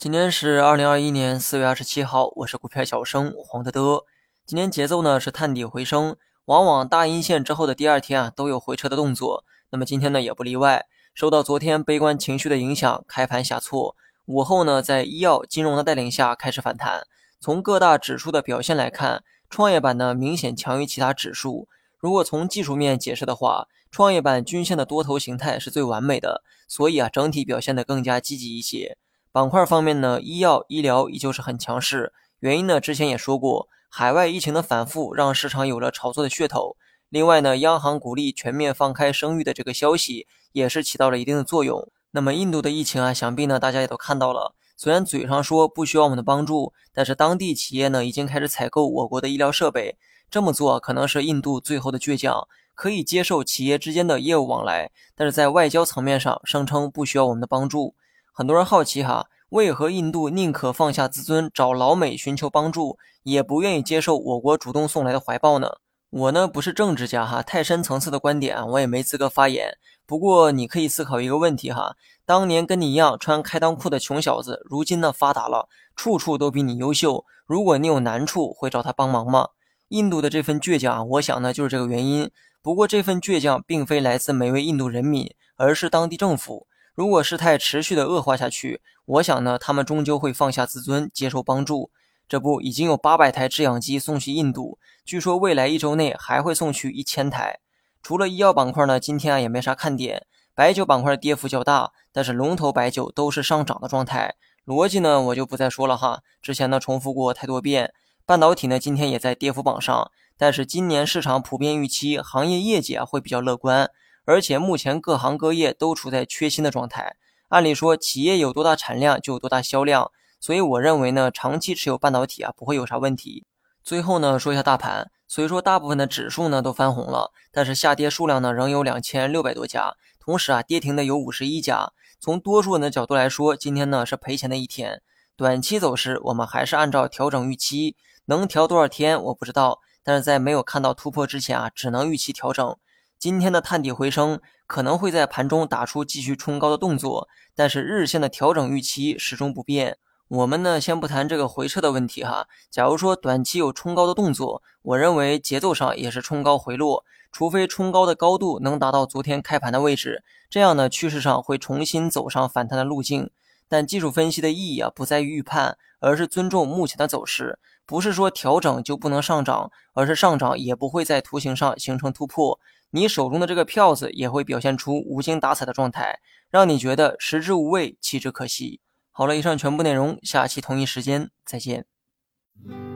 今天是2021年4月27号，我是股票小生黄德德。今天节奏呢是探底回升，往往大阴线之后的第二天都有回撤的动作。那么今天呢也不例外，受到昨天悲观情绪的影响，开盘下挫，午后呢在医药、金融的带领下开始反弹。从各大指数的表现来看，创业板呢明显强于其他指数。如果从技术面解释的话，创业板均线的多头形态是最完美的，所以整体表现得更加积极一些。板块方面呢，医药、医疗依旧是很强势。原因呢，之前也说过，海外疫情的反复让市场有了炒作的噱头。另外呢，央行鼓励全面放开生育的这个消息也是起到了一定的作用。那么印度的疫情想必呢大家也都看到了。虽然嘴上说不需要我们的帮助，但是当地企业呢已经开始采购我国的医疗设备。这么做可能是印度最后的倔强，可以接受企业之间的业务往来，但是在外交层面上声称不需要我们的帮助。很多人好奇为何印度宁可放下自尊找老美寻求帮助，也不愿意接受我国主动送来的怀抱呢？我呢不是政治家太深层次的观点我也没资格发言。不过你可以思考一个问题当年跟你一样穿开裆裤的穷小子，如今呢发达了，处处都比你优秀。如果你有难处，会找他帮忙吗？印度的这份倔强我想呢就是这个原因。不过这份倔强并非来自每位印度人民，而是当地政府。如果事态持续的恶化下去，我想呢，他们终究会放下自尊，接受帮助。这不，已经有800台制氧机送去印度，据说未来1周内还会送去1000台。除了医药板块呢，今天也没啥看点。白酒板块的跌幅较大，但是龙头白酒都是上涨的状态。逻辑呢，我就不再说了之前呢重复过太多遍。半导体呢，今天也在跌幅榜上，但是今年市场普遍预期行业业绩会比较乐观。而且目前各行各业都处在缺芯的状态，按理说企业有多大产量就有多大销量，所以我认为呢，长期持有半导体不会有啥问题。最后呢，说一下大盘，虽说大部分的指数呢都翻红了，但是下跌数量呢仍有2600多家，同时跌停的有51家。从多数人的角度来说，今天呢是赔钱的一天。短期走势我们还是按照调整预期，能调多少天我不知道，但是在没有看到突破之前只能预期调整。今天的探底回升可能会在盘中打出继续冲高的动作，但是日线的调整预期始终不变。我们呢先不谈这个回撤的问题假如说短期有冲高的动作，我认为节奏上也是冲高回落，除非冲高的高度能达到昨天开盘的位置，这样呢趋势上会重新走上反弹的路径。但技术分析的意义不在于预判，而是尊重目前的走势。不是说调整就不能上涨，而是上涨也不会在图形上形成突破。你手中的这个票子也会表现出无精打采的状态，让你觉得食之无味，弃之可惜。好了，以上全部内容，下期同一时间再见。